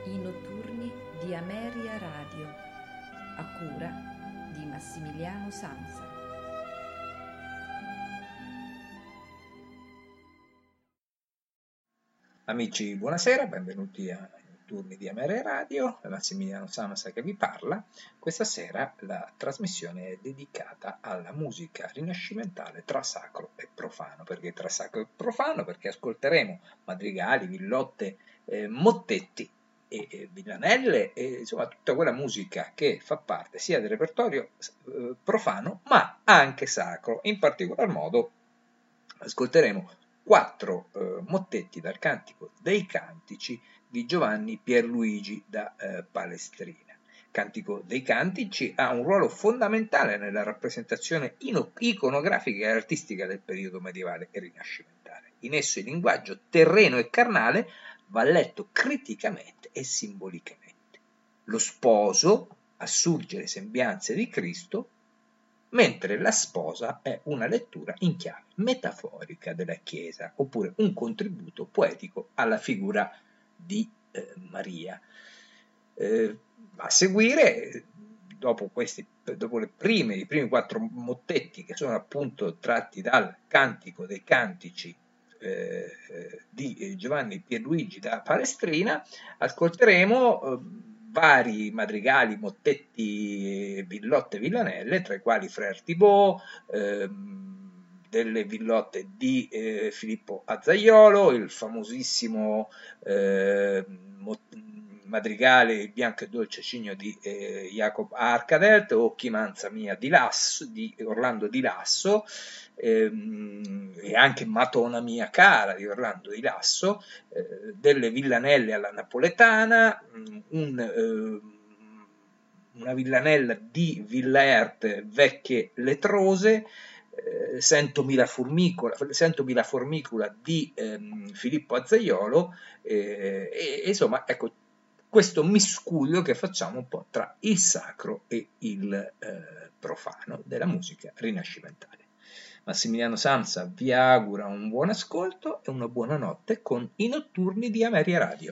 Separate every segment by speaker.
Speaker 1: I notturni di Ameria Radio, a cura di Massimiliano Samsa.
Speaker 2: Amici, buonasera, benvenuti ai notturni di Ameria Radio, è Massimiliano Samsa che vi parla. Questa sera la trasmissione è dedicata alla musica rinascimentale tra sacro e profano. Perché tra sacro e profano? Perché ascolteremo madrigali, villotte, mottetti e villanelle e insomma tutta quella musica che fa parte sia del repertorio profano ma anche sacro. In particolar modo ascolteremo 4 mottetti dal Cantico dei Cantici di Giovanni Pierluigi da Palestrina. Cantico dei Cantici ha un ruolo fondamentale nella rappresentazione iconografica e artistica del periodo medievale e rinascimentale. In esso il linguaggio terreno e carnale va letto criticamente e simbolicamente. Lo sposo assurge le sembianze di Cristo, mentre la sposa è una lettura in chiave metaforica della Chiesa, oppure un contributo poetico alla figura di Maria. A seguire, dopo i primi 4 mottetti che sono appunto tratti dal Cantico dei Cantici di Giovanni Pierluigi da Palestrina, ascolteremo vari madrigali, mottetti, villotte e villanelle, tra i quali Frère Thibaut, delle villotte di Filippo Azzaiolo, il famosissimo madrigale Il bianco e dolce cigno di Jacob Arcadelt, o Chi manza mia di Orlando di Lasso, e anche Matona mia cara di Orlando di Lasso, delle villanelle alla napoletana, una villanella di Villaert, Vecchie letrose, Sentomila formicula di Filippo Azzaiolo, e insomma, ecco, questo miscuglio che facciamo un po' tra il sacro e il profano della musica rinascimentale. Massimiliano Samsa vi augura un buon ascolto e una buona notte con i notturni di Ameria Radio.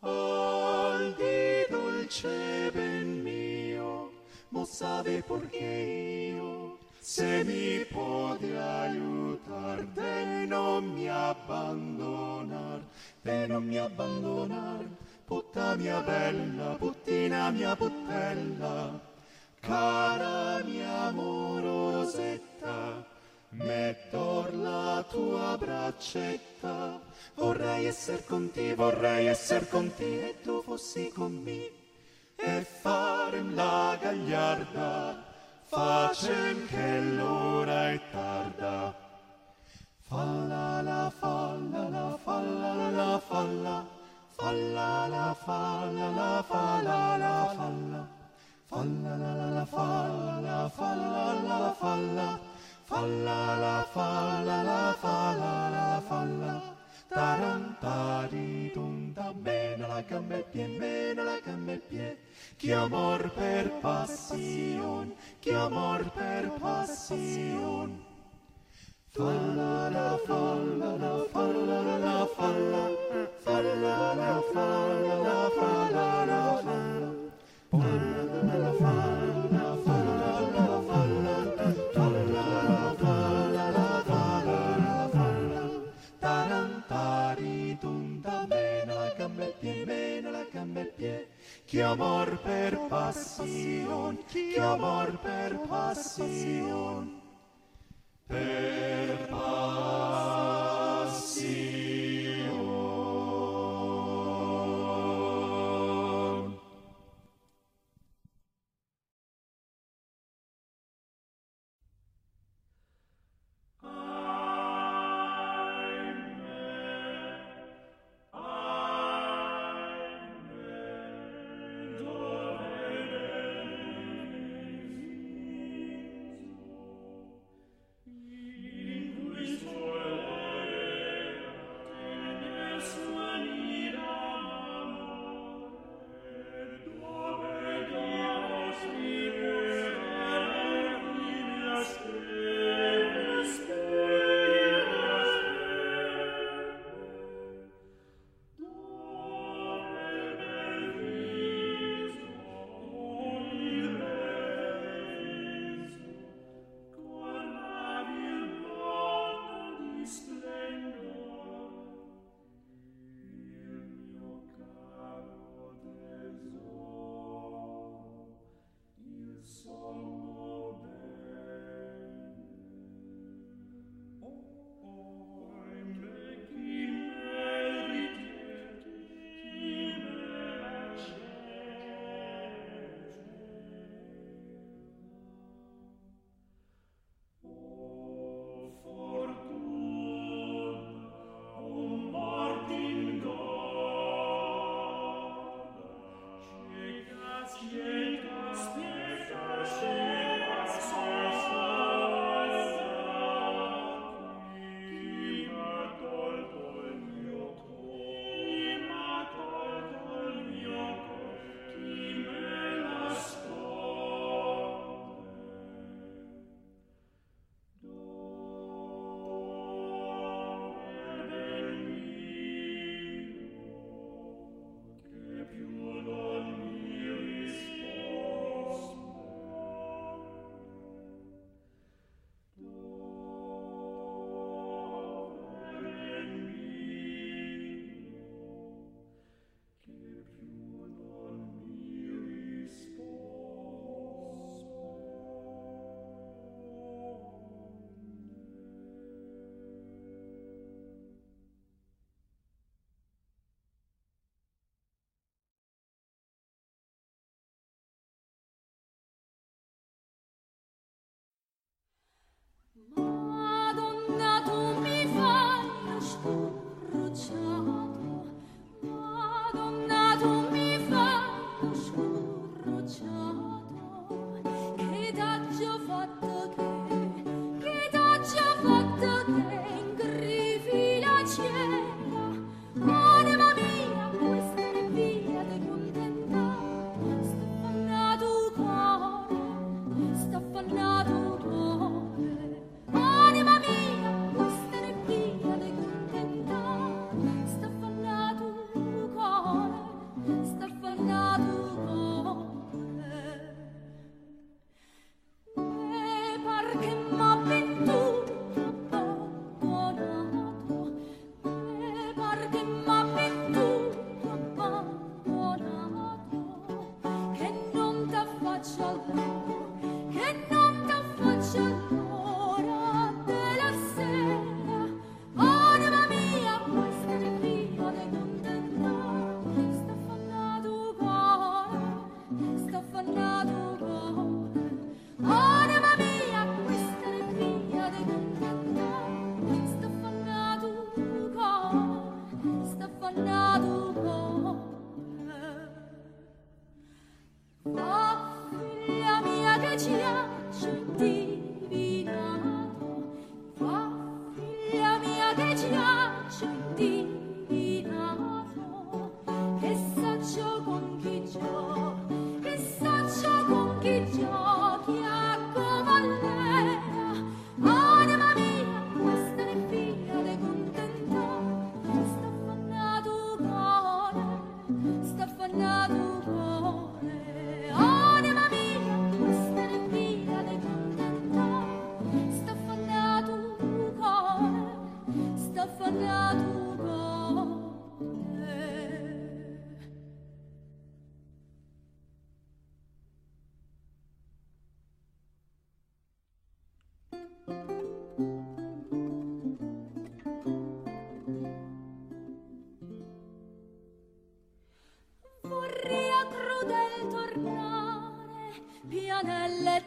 Speaker 3: Al di dolce ben mio, mo sabe perché io, se mi puoi aiutar, de non mi abbandonar, putta mia bella, puttina mia puttella, cara mia amorosetta, mettor la tua braccetta, vorrei esser con te e tu fossi con me, e farem la gagliarda, facem che l'ora è tarda. Falla la falla la falla la falla, falla la falla la falla la falla, falla la falla la falla la falla, falla la falla la falla la falla. Tarantaridum, mena la gamba e pie, mena la gamba e pie. Che amor per passion, che amor per passion. Falla la falla la falla la falla, falla la falla la falla la falla, falla la falla la falla la falla, falla la falla la falla la falla. Tarantaridum, mena la gamba e pie, mena la gamba e pie. Che amor per passion, che amor per passion. Per passion.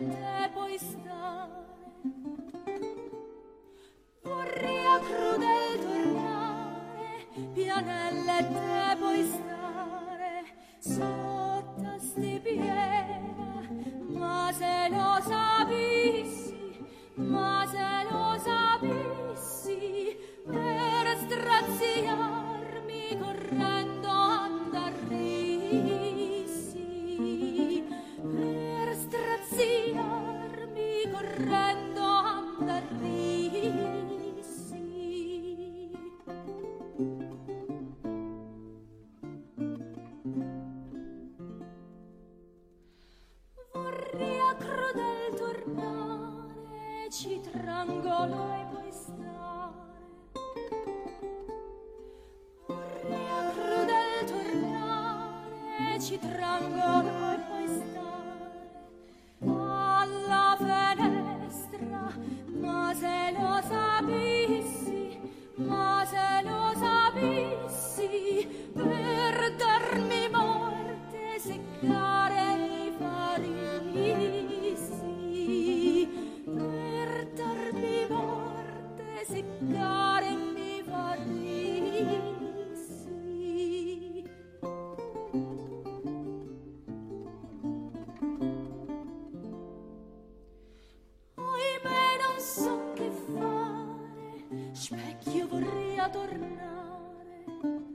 Speaker 4: te puoi stare, vorrei a crudel tornare, pianelle te puoi stare, sotto sti piera, ma se lo sapissi, ma se lo sapissi, per straziarmi correndo andarrissi, per straziarmi correndo andarrissi. Vorrei a crudel tornare, ci trangolo e poi stare, vorrei a crudel tornare, ci trangolo e poi stare alla finestra, ma se lo sapissi, ma se lo sapissi, per darmi morte seccare mi farissi, per darmi morte seccare mi farissi. Ohimè non so che fare, specchio vorrei tornare,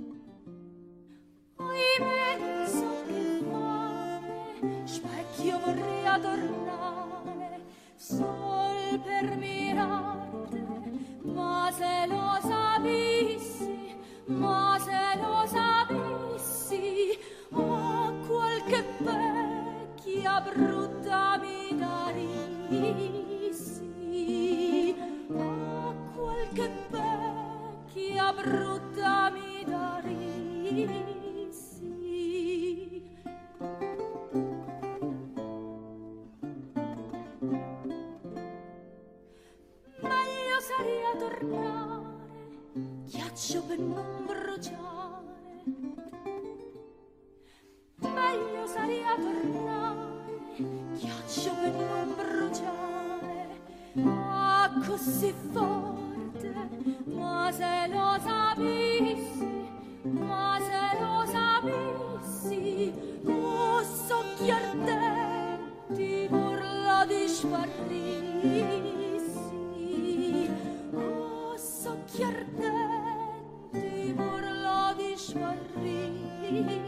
Speaker 4: ohimè non so che fare, specchio vorrei tornare, sol per mirarte, ma se lo sapissi, ma se lo sapissi, oh, qualche vecchia brutta mi darissi, oh, qualche vecchia brutta mi darissi. Meglio sarebbe tornare, ghiaccio per non bruciare, meglio sarebbe tornare, ghiaccio per non bruciare, ah, così forte, ma se lo sapissi, ma se lo sapissi, oh, socchi ardenti, urla di sparrissi, oh, socchi ardenti, urla di sparrissi.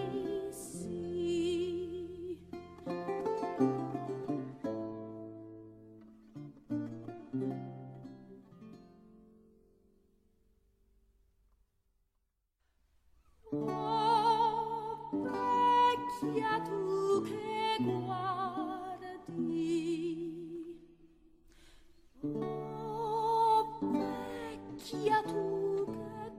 Speaker 4: Oh, vecchia tu che guardi, oh, vecchia tu che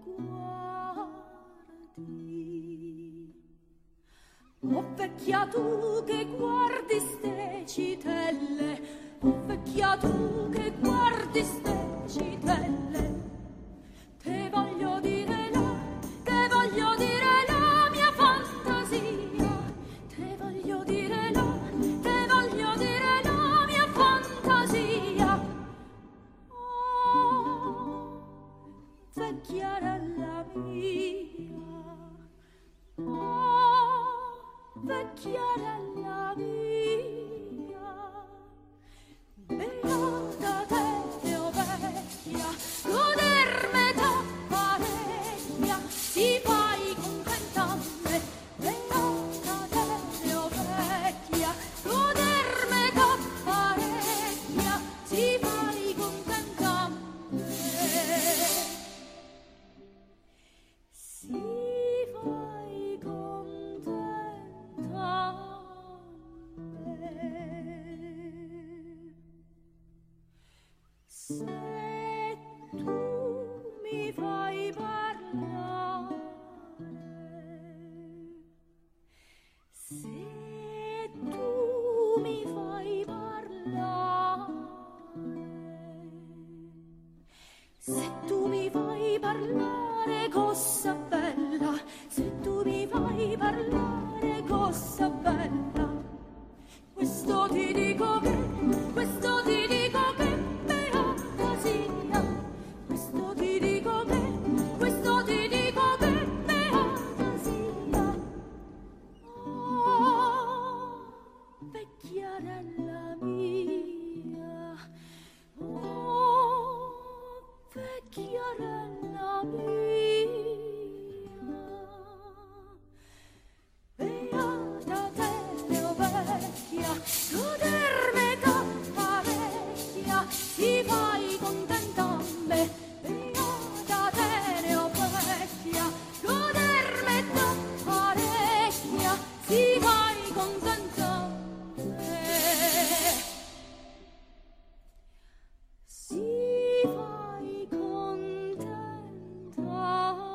Speaker 4: guardi, oh, vecchia tu che guardi ste citelle, oh, vecchia tu che guardi ste citelle, te voglio dire la, te voglio dire la mia fantasia, te voglio dire la, te voglio dire la mia fantasia. Oh, vecchiarella mia, oh, vecchiarella mia, beata te, oh vecchia, goderme t'apparecchia, si fai contenta a me, beata te, oh vecchia, goderme t'apparecchia, si fai contenta a me, si fai contenta a me. Se tu mi fai parlare, se tu mi fai parlare, se tu mi fai parlare, cosa bella, se tu mi fai parlare, cosa bella, questo ti dico che si fai contenta a me, beata te ne ho vecchia, goderme da parecchia, si fai contenta a me, si fai contenta a me.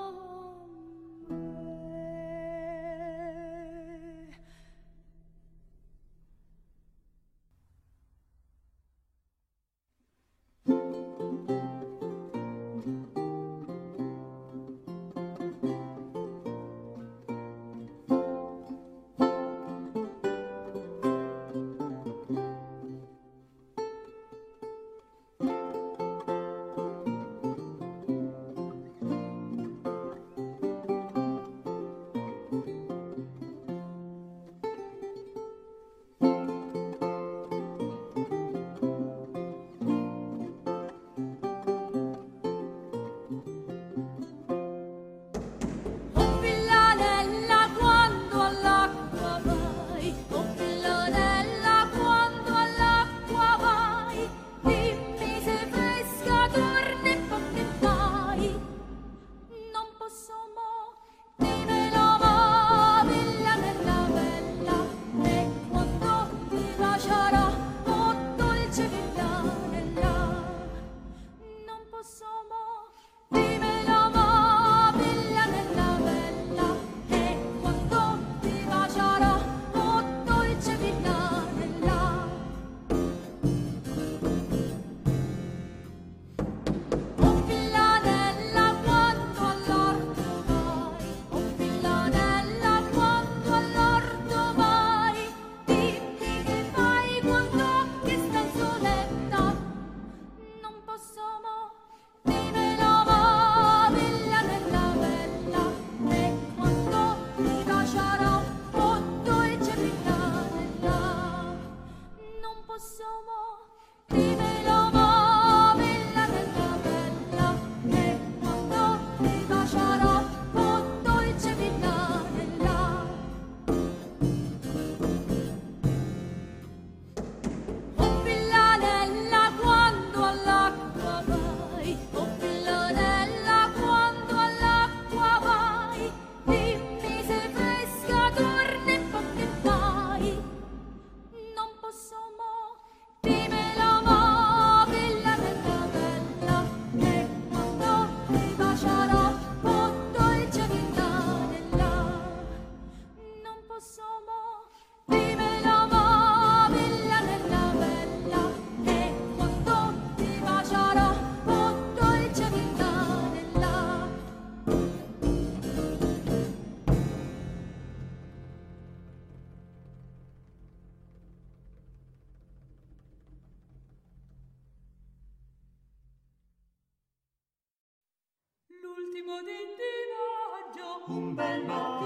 Speaker 5: L'ultimo din di maggio,
Speaker 3: un bel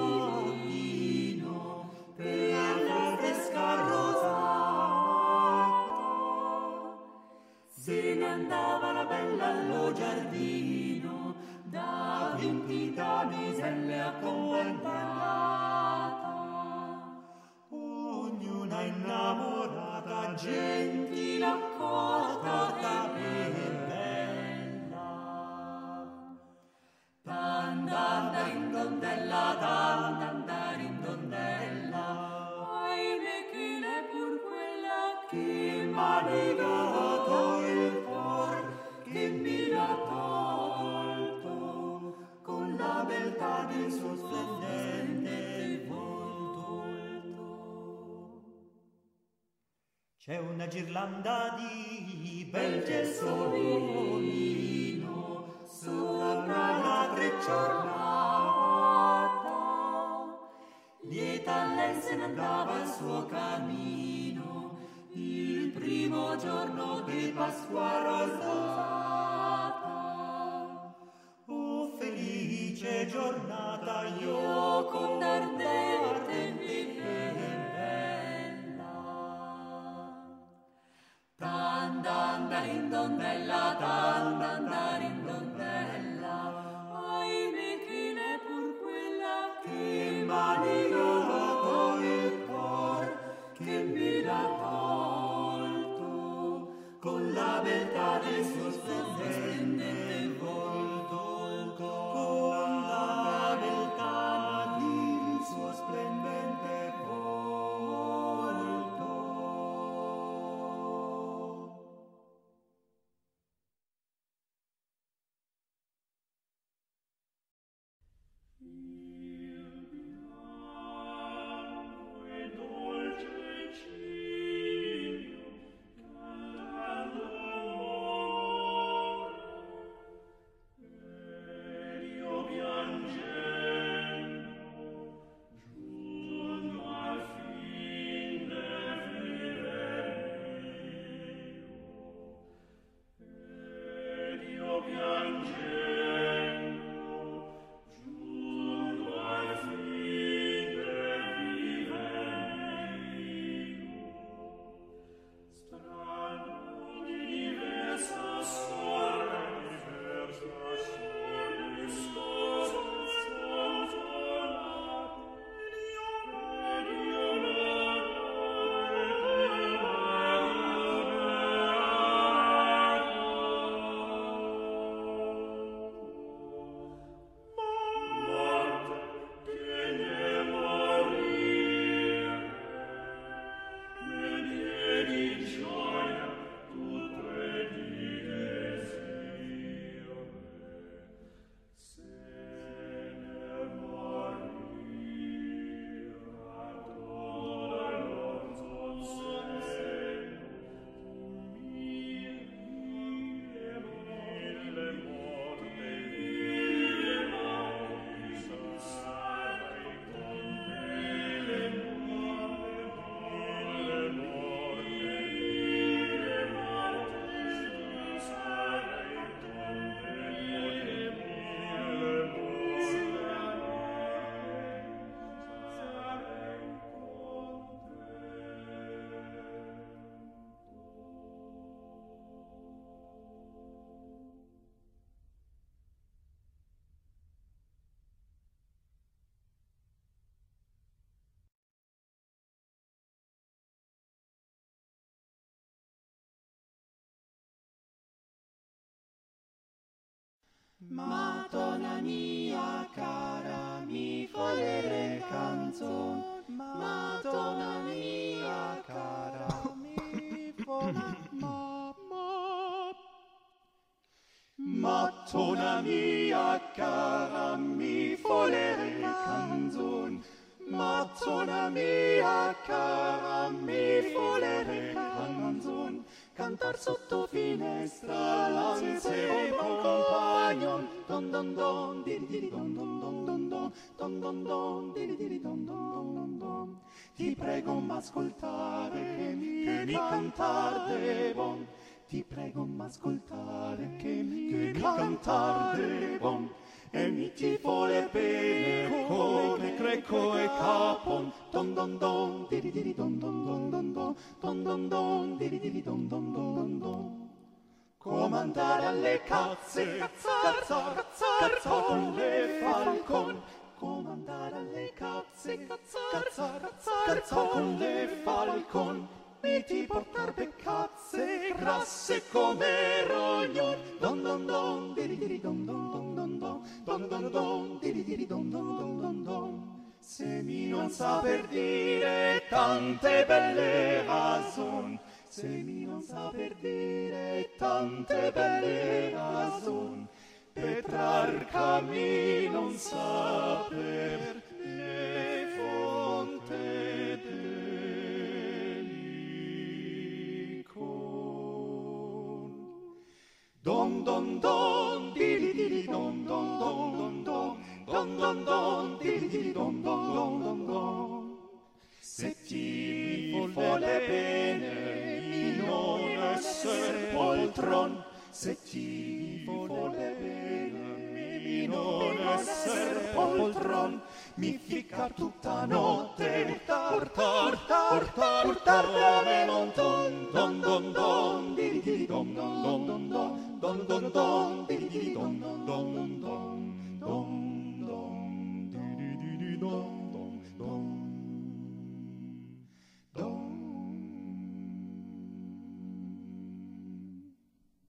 Speaker 3: mattino per la fresca rosata, se ne andava la bella allo giardino, da 20 damiselle accompagnata, ognuna innamorata, gentile, accorta e bella. Tandanda in dondella, tandanda in dondella,
Speaker 5: ahimè che l'è pur quella
Speaker 3: che manigato il cor, che mi l'ha tolto, con la beltà del suo splendente volto. C'è una girlanda di bel gessolino sopra la trecciolata, lieta lei se ne andava al suo cammino, il primo giorno di Pasqua rosata. Oh felice giornata, io con ardente bella. Tandanda in dondella, tandanda in dondella,
Speaker 5: ahimè che l'è pur quella
Speaker 3: che manigato il cor, che mi l'ha tolto, con la bellezza beltà del suo splendente volto, con la beltà del suo splendente volto.
Speaker 6: Madonna mia cara, mi volere canzon. Madonna mia cara, mi vola Madonna mia cara, mi volere canzon. Madonna mia cara, mi volere canzon. Cantar sotto finestra l'ansevol compagnon. Don don don, diri diri don don don don don. Don don don, diri diri don don don don don. Ti prego m'ascoltare che mi cantar devon. Ti prego m'ascoltare che mi cantar devon. E mi ti vuole bene come greco e capon. Don don don, diri diri don don don don don. Don don don, diri diri don don don don don. Comandare alle cazze, cazzar con le falcon. Comandare alle cazze, cazzar con le falcon. Mi ti portar beccazze grasse come rognon. Don don don, diri diri don don don don don. Don don don, diri diri don don don don don. Se mi non saper dire tante belle rason. Se mi non saper dire tante belle rason. Petrarca mi non saper le fonte delicon. Don don don, diri diri don don don don don. Don don don, diri diri don don don don don. Se ti vuole bene, mi non esser poltron. Se ti vuole bene, mi non esser poltron. Mi ficar tutta notte, portar come monton. Don don don, diri diri don don don don don. Don don don, diri diri don don don don don. Don don, diri diri don don don. Don.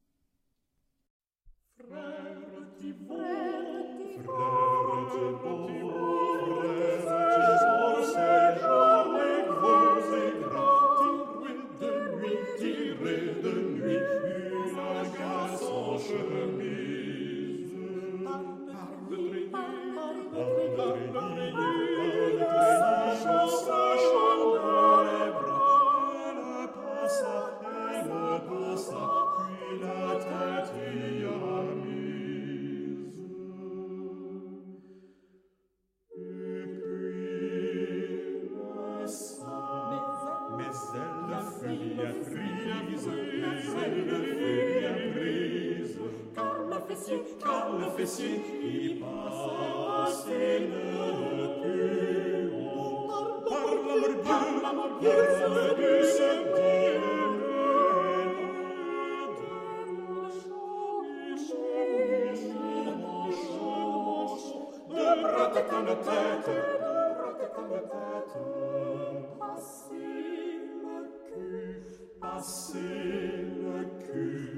Speaker 6: fessi, car le fessi, il passe ne plus. Par l'amour Dieu, du samedi, de brotte comme la tête, passer le cul,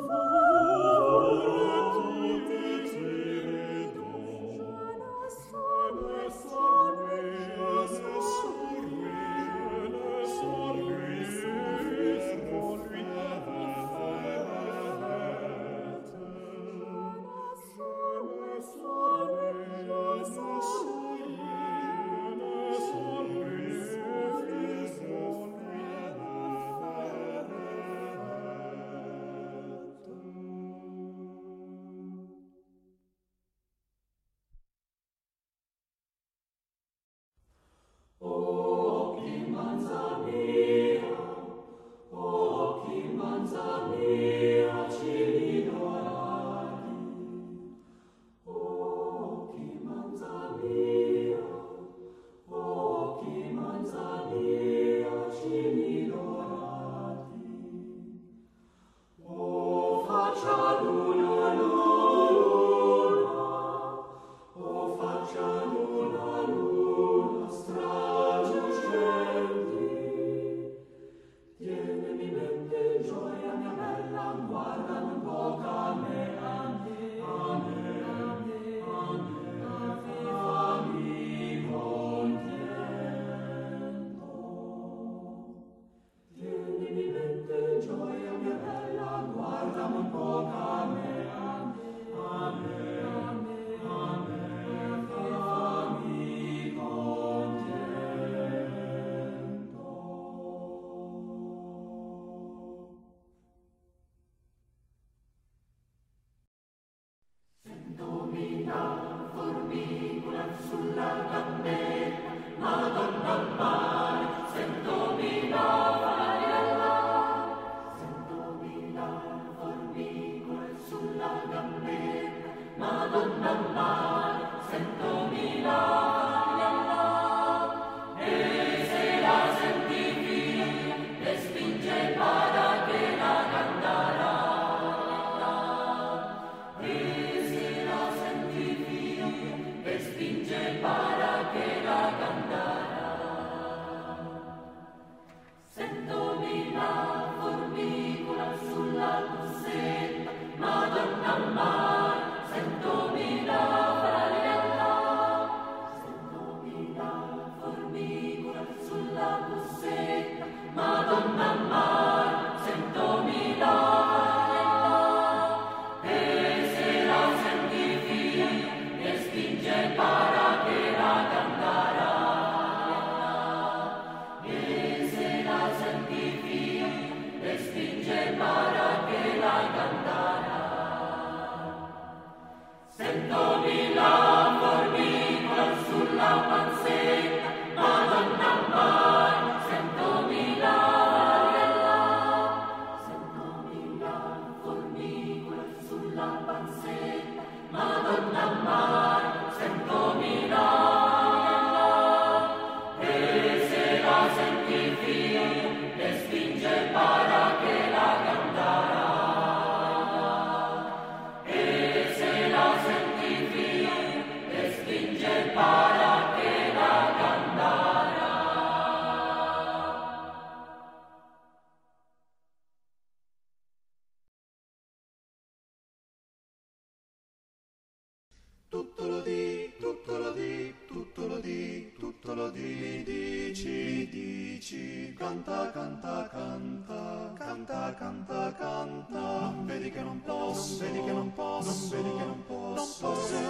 Speaker 6: dici, canta, canta, canta, canta, canta, canta, non vedi che non posso, non vedi che non posso, non vedi che non posso, non posso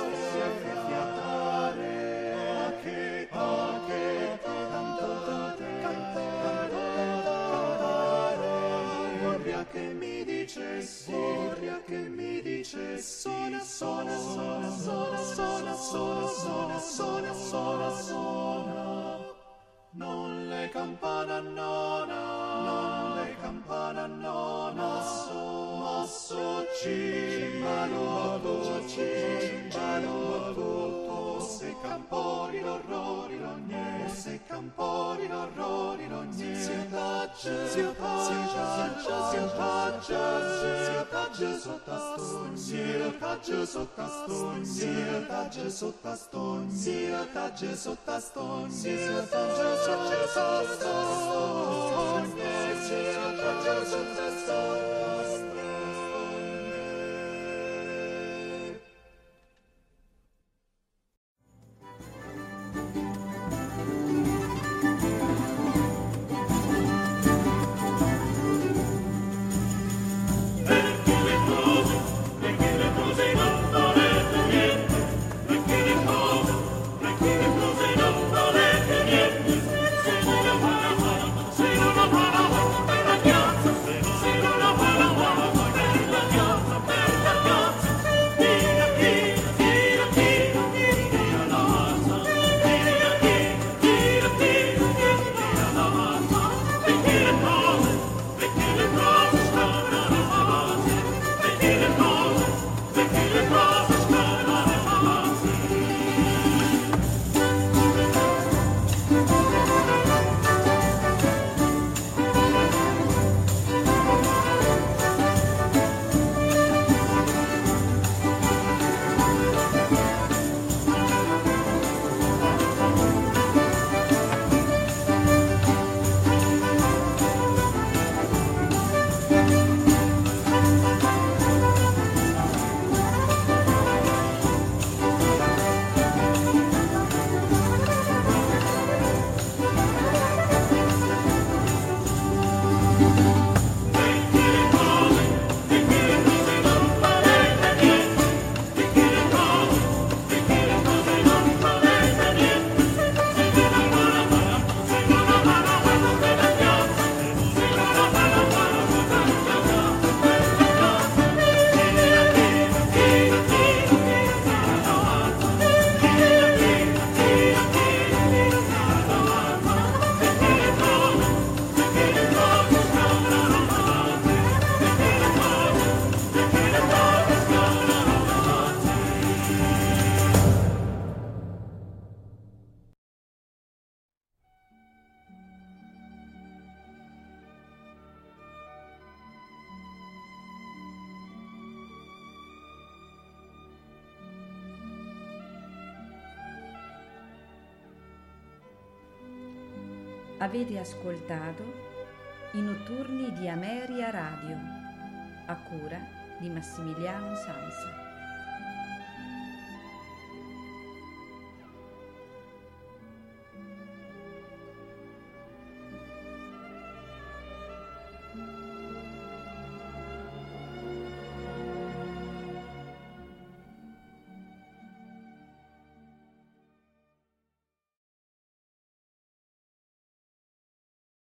Speaker 6: fiatare, che vorria che mi dicessi, vorria che mi dicessi, suona, suona, suona, suona, suona, suona, suona, suona, suona, suona. Non le campana nona, non le campana nona, mosso ci. cimbalo, cimbalo, se campori l'orrori l'ogne, se campori l'orrori l'ogne, si tagge sotto stogne, si tagge sotto stogne, si tagge sotto stogne, si tagge sotto stogne, si tagge sotto stogne, si tagge sotto stogne.
Speaker 1: Avete ascoltato i notturni di Ameria Radio, a cura di Massimiliano Sansa.